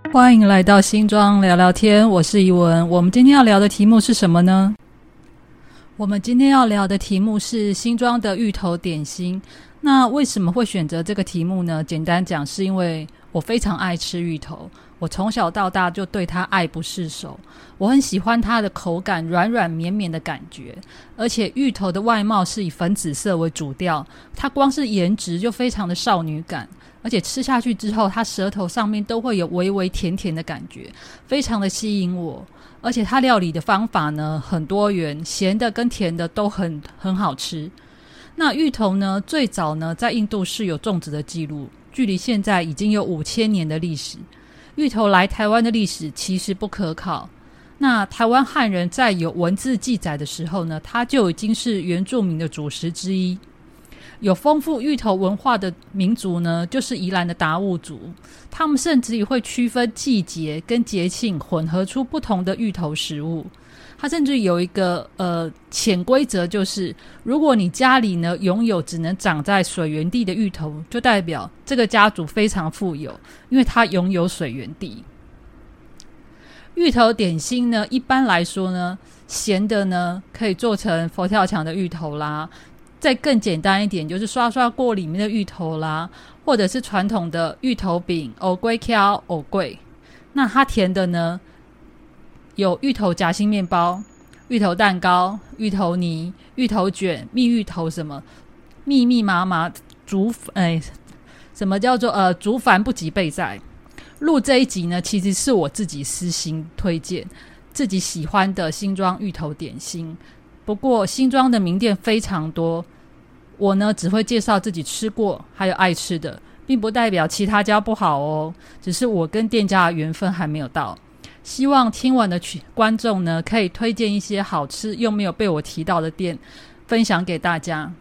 欢迎来到新庄聊聊天，我是怡文。我们今天要聊的题目是什么呢？我们今天要聊的题目是新庄的芋头点心。那为什么会选择这个题目呢？简单讲，是因为我非常爱吃芋头，我从小到大就对它爱不释手。我很喜欢它的口感，软软绵绵的感觉，而且芋头的外貌是以粉紫色为主调，它光是颜值就非常的少女感，而且吃下去之后，它舌头上面都会有微微甜甜的感觉，非常的吸引我。而且它料理的方法呢很多元，咸的跟甜的都很好吃。那芋头呢，最早呢在印度是有种植的记录，距离现在已经有5000年的历史。芋头来台湾的历史其实不可考。那台湾汉人在有文字记载的时候呢，它就已经是原住民的主食之一。有丰富芋头文化的民族呢，就是宜兰的达悟族，他们甚至也会区分季节跟节庆，混合出不同的芋头食物。它甚至有一个潜规则，就是如果你家里呢拥有只能长在水源地的芋头，就代表这个家族非常富有，因为它拥有水源地。芋头点心呢，一般来说呢，咸的呢可以做成佛跳墙的芋头啦，再更简单一点就是刷刷锅里面的芋头啦，或者是传统的芋头饼、藕粿条、藕粿。那它甜的呢，有芋头夹心面包、芋头蛋糕、芋头泥、芋头卷、蜜芋头，什么密密麻麻什么叫做竹繁不及备载。录这一集呢，其实是我自己私心推荐自己喜欢的新庄芋头点心。不过新庄的名店非常多，我呢只会介绍自己吃过还有爱吃的，并不代表其他家不好哦，只是我跟店家的缘分还没有到。希望听完的观众呢，可以推荐一些好吃又没有被我提到的店，分享给大家。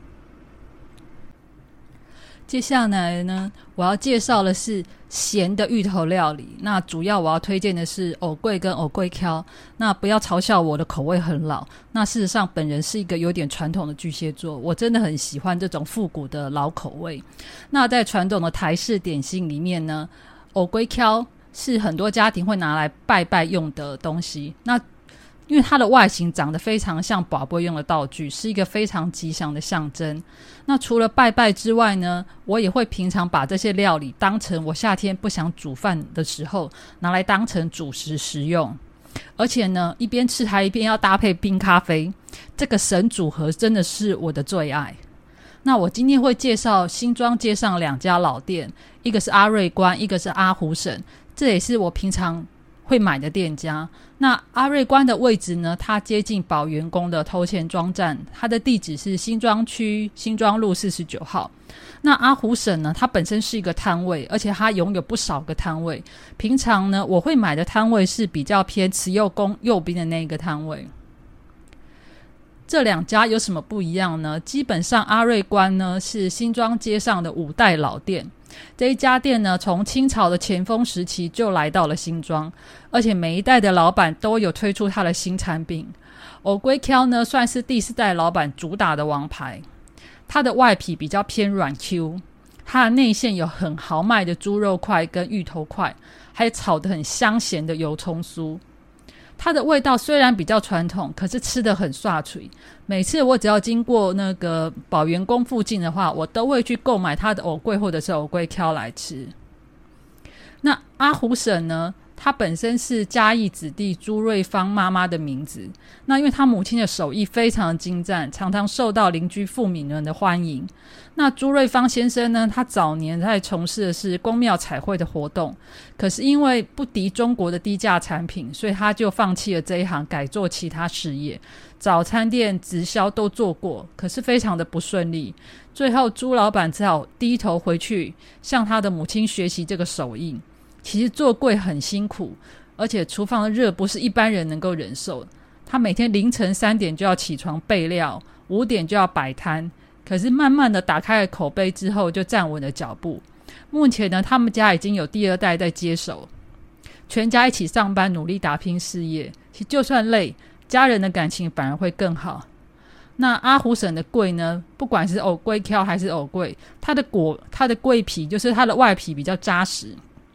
接下来呢，我要介绍的是咸的芋头料理。那主要我要推荐的是藕粿跟藕粿条。那不要嘲笑我的口味很老，那事实上本人是一个有点传统的巨蟹座，我真的很喜欢这种复古的老口味。那在传统的台式点心里面呢，藕粿条是很多家庭会拿来拜拜用的东西。那因为它的外形长得非常像拔筊用的道具，是一个非常吉祥的象征。那除了拜拜之外呢，我也会平常把这些料理当成我夏天不想煮饭的时候拿来当成主食食用。而且呢，一边吃还一边要搭配冰咖啡，这个神组合真的是我的最爱。那我今天会介绍新庄街上2家老店，一个是阿瑞关，一个是阿虎婶，这也是我平常会买的店家。那阿瑞关的位置呢，它接近保员宫的头前庄站，它的地址是新庄区新庄路49号。那阿虎婶呢，它本身是一个摊位，而且它拥有不少个摊位。平常呢，我会买的摊位是比较偏慈幼宫右边的那个摊位。这2家有什么不一样呢？基本上阿瑞关呢是新庄街上的5代老店，这一家店呢从清朝的前锋时期就来到了新庄，而且每一代的老板都有推出他的新产品。藕粿条呢算是第4代老板主打的王牌，它的外皮比较偏软 Q， 它的内馅有很豪迈的猪肉块跟芋头块，还有炒得很香咸的油葱酥。它的味道虽然比较传统，可是吃得很刷嘴。每次我只要经过那个保员宫附近的话，我都会去购买它的藕粿或者是藕粿条来吃。那阿虎婶呢，她本身是嘉义子弟朱瑞芳妈妈的名字。那因为她母亲的手艺非常精湛，常常受到邻居妇女们的欢迎。那朱瑞芳先生呢，他早年在从事的是宫庙彩绘的活动，可是因为不敌中国的低价产品，所以他就放弃了这一行，改做其他事业。早餐店、直销都做过，可是非常的不顺利。最后朱老板只好低头回去向他的母亲学习这个手艺。其实做柜很辛苦，而且厨房的热不是一般人能够忍受。他每天凌晨3点就要起床备料，5点就要摆摊，可是慢慢的打开了口碑之后，就站稳了脚步。目前呢，他们家已经有第2代在接手，全家一起上班，努力打拼事业。其实就算累，家人的感情反而会更好。那阿虎婶的粿呢，不管是藕粿条还是藕粿，它的粿皮就是它的外皮比较扎实，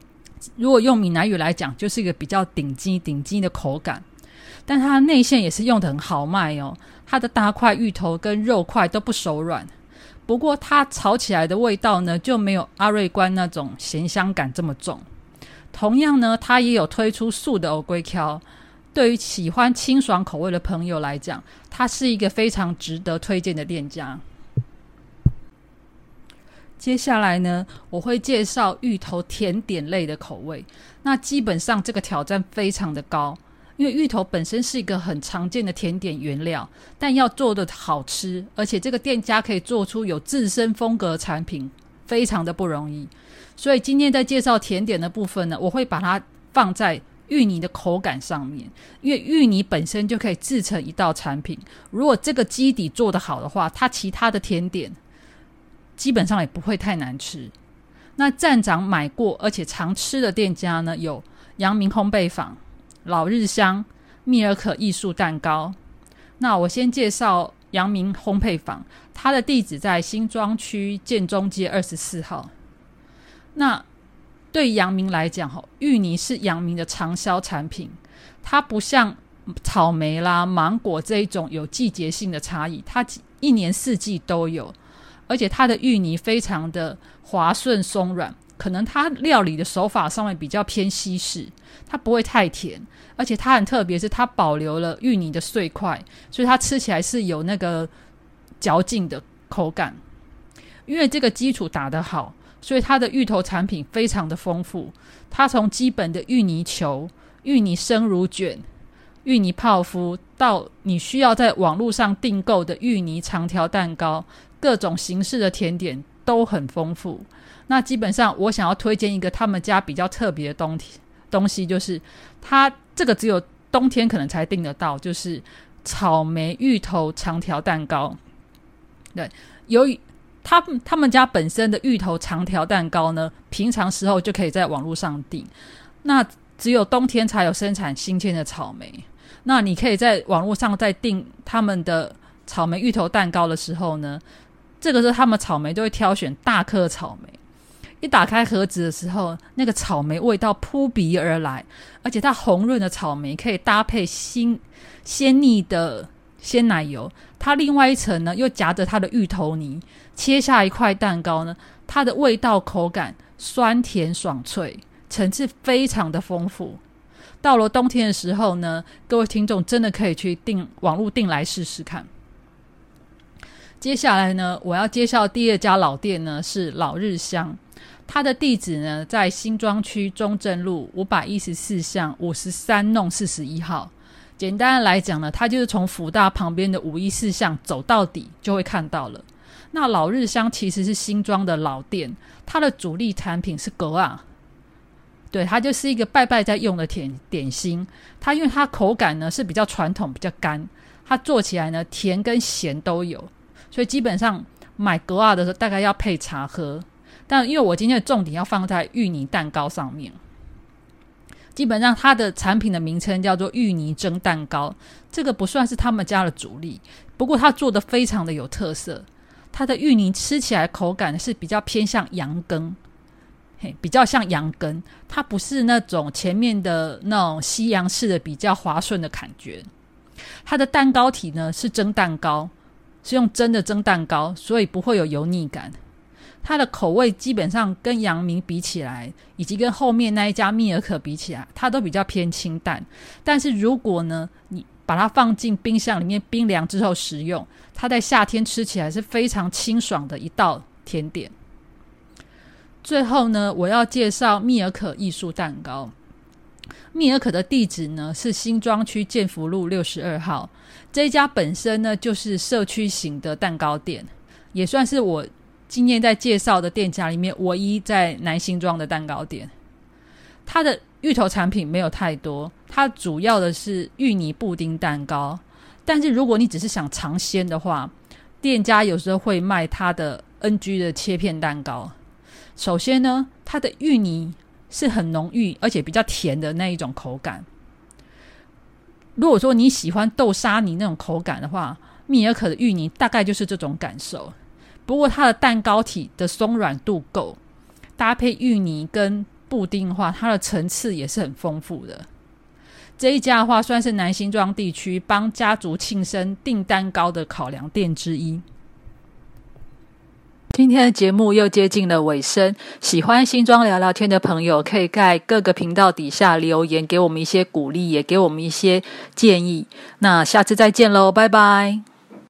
如果用闽南语来讲，就是一个比较顶级的口感。但它的内馅也是用得很豪迈哦，它的大块芋头跟肉块都不手软。不过它炒起来的味道呢，就没有阿瑞关那种咸香感这么重。同样呢，它也有推出素的蚵龟壳，对于喜欢清爽口味的朋友来讲，它是一个非常值得推荐的店家。接下来呢，我会介绍芋头甜点类的口味。那基本上这个挑战非常的高，因为芋头本身是一个很常见的甜点原料，但要做的好吃，而且这个店家可以做出有自身风格的产品，非常的不容易。所以今天在介绍甜点的部分呢，我会把它放在芋泥的口感上面，因为芋泥本身就可以制成一道产品。如果这个基底做得好的话，它其他的甜点基本上也不会太难吃。那站长买过而且常吃的店家呢，有阳明烘焙坊、老日香、密尔可艺术蛋糕。那我先介绍阳明烘焙坊，它的地址在新庄区建中街24号。那对阳明来讲，芋泥是阳明的畅销产品，它不像草莓啦、芒果这一种有季节性的差异，它一年四季都有。而且它的芋泥非常的滑顺松软，可能它料理的手法上面比较偏西式，它不会太甜，而且它很特别是它保留了芋泥的碎块，所以它吃起来是有那个嚼劲的口感。因为这个基础打得好，所以它的芋头产品非常的丰富。它从基本的芋泥球、芋泥生乳卷、芋泥泡芙，到你需要在网络上订购的芋泥长条蛋糕，各种形式的甜点都很丰富。那基本上我想要推荐一个他们家比较特别的东西，就是它这个只有冬天可能才订得到，就是草莓芋头长条蛋糕。对，由于他们家本身的芋头长条蛋糕呢，平常时候就可以在网络上订，那只有冬天才有生产新鲜的草莓。那你可以在网络上在订他们的草莓芋头蛋糕的时候呢，这个时候他们草莓都会挑选大颗草莓，一打开盒子的时候，那个草莓味道扑鼻而来，而且它红润的草莓可以搭配鲜腻的鲜奶油，它另外一层呢又夹着它的芋头泥，切下一块蛋糕呢，它的味道口感酸甜爽脆，层次非常的丰富。到了冬天的时候呢，各位听众真的可以去网络订来试试看。接下来呢，我要介绍第二家老店呢，是老日香。它的地址呢，在新庄区中正路514巷53弄41号。简单的来讲呢，它就是从福大旁边的514巷走到底就会看到了。那老日香其实是新庄的老店，它的主力产品是粿仔，对，它就是一个拜拜在用的点心。它因为它口感呢是比较传统比较干，它做起来呢甜跟咸都有，所以基本上买粿仔的时候大概要配茶喝。但因为我今天的重点要放在芋泥蛋糕上面，基本上它的产品的名称叫做芋泥蒸蛋糕，这个不算是他们家的主力，不过它做的非常的有特色。它的芋泥吃起来口感是比较偏向羊羹，比较像羊羹，它不是那种前面的那种西洋式的比较滑顺的感觉。它的蛋糕体呢是蒸蛋糕，是用蒸的蒸蛋糕，所以不会有油腻感。它的口味基本上跟阳明比起来，以及跟后面那一家密尔可比起来，它都比较偏清淡。但是如果呢你把它放进冰箱里面冰凉之后食用，它在夏天吃起来是非常清爽的一道甜点。最后呢，我要介绍密尔可艺术蛋糕。密尔可的地址呢是新庄区建福路62号，这一家本身呢就是社区型的蛋糕店，也算是我今天在介绍的店家里面唯一在南新庄的蛋糕店。它的芋头产品没有太多，它主要的是芋泥布丁蛋糕，但是如果你只是想尝鲜的话，店家有时候会卖它的 NG 的切片蛋糕。首先呢，它的芋泥是很浓郁而且比较甜的那一种口感。如果说你喜欢豆沙泥那种口感的话，密尔可的芋泥大概就是这种感受。不过它的蛋糕体的松软度够，搭配芋泥跟布丁的话，它的层次也是很丰富的。这一家的话算是南新庄地区帮家族庆生订单高的烤粮店之一。今天的节目又接近了尾声，喜欢新庄聊聊天的朋友可以在各个频道底下留言给我们一些鼓励，也给我们一些建议。那下次再见咯，拜拜。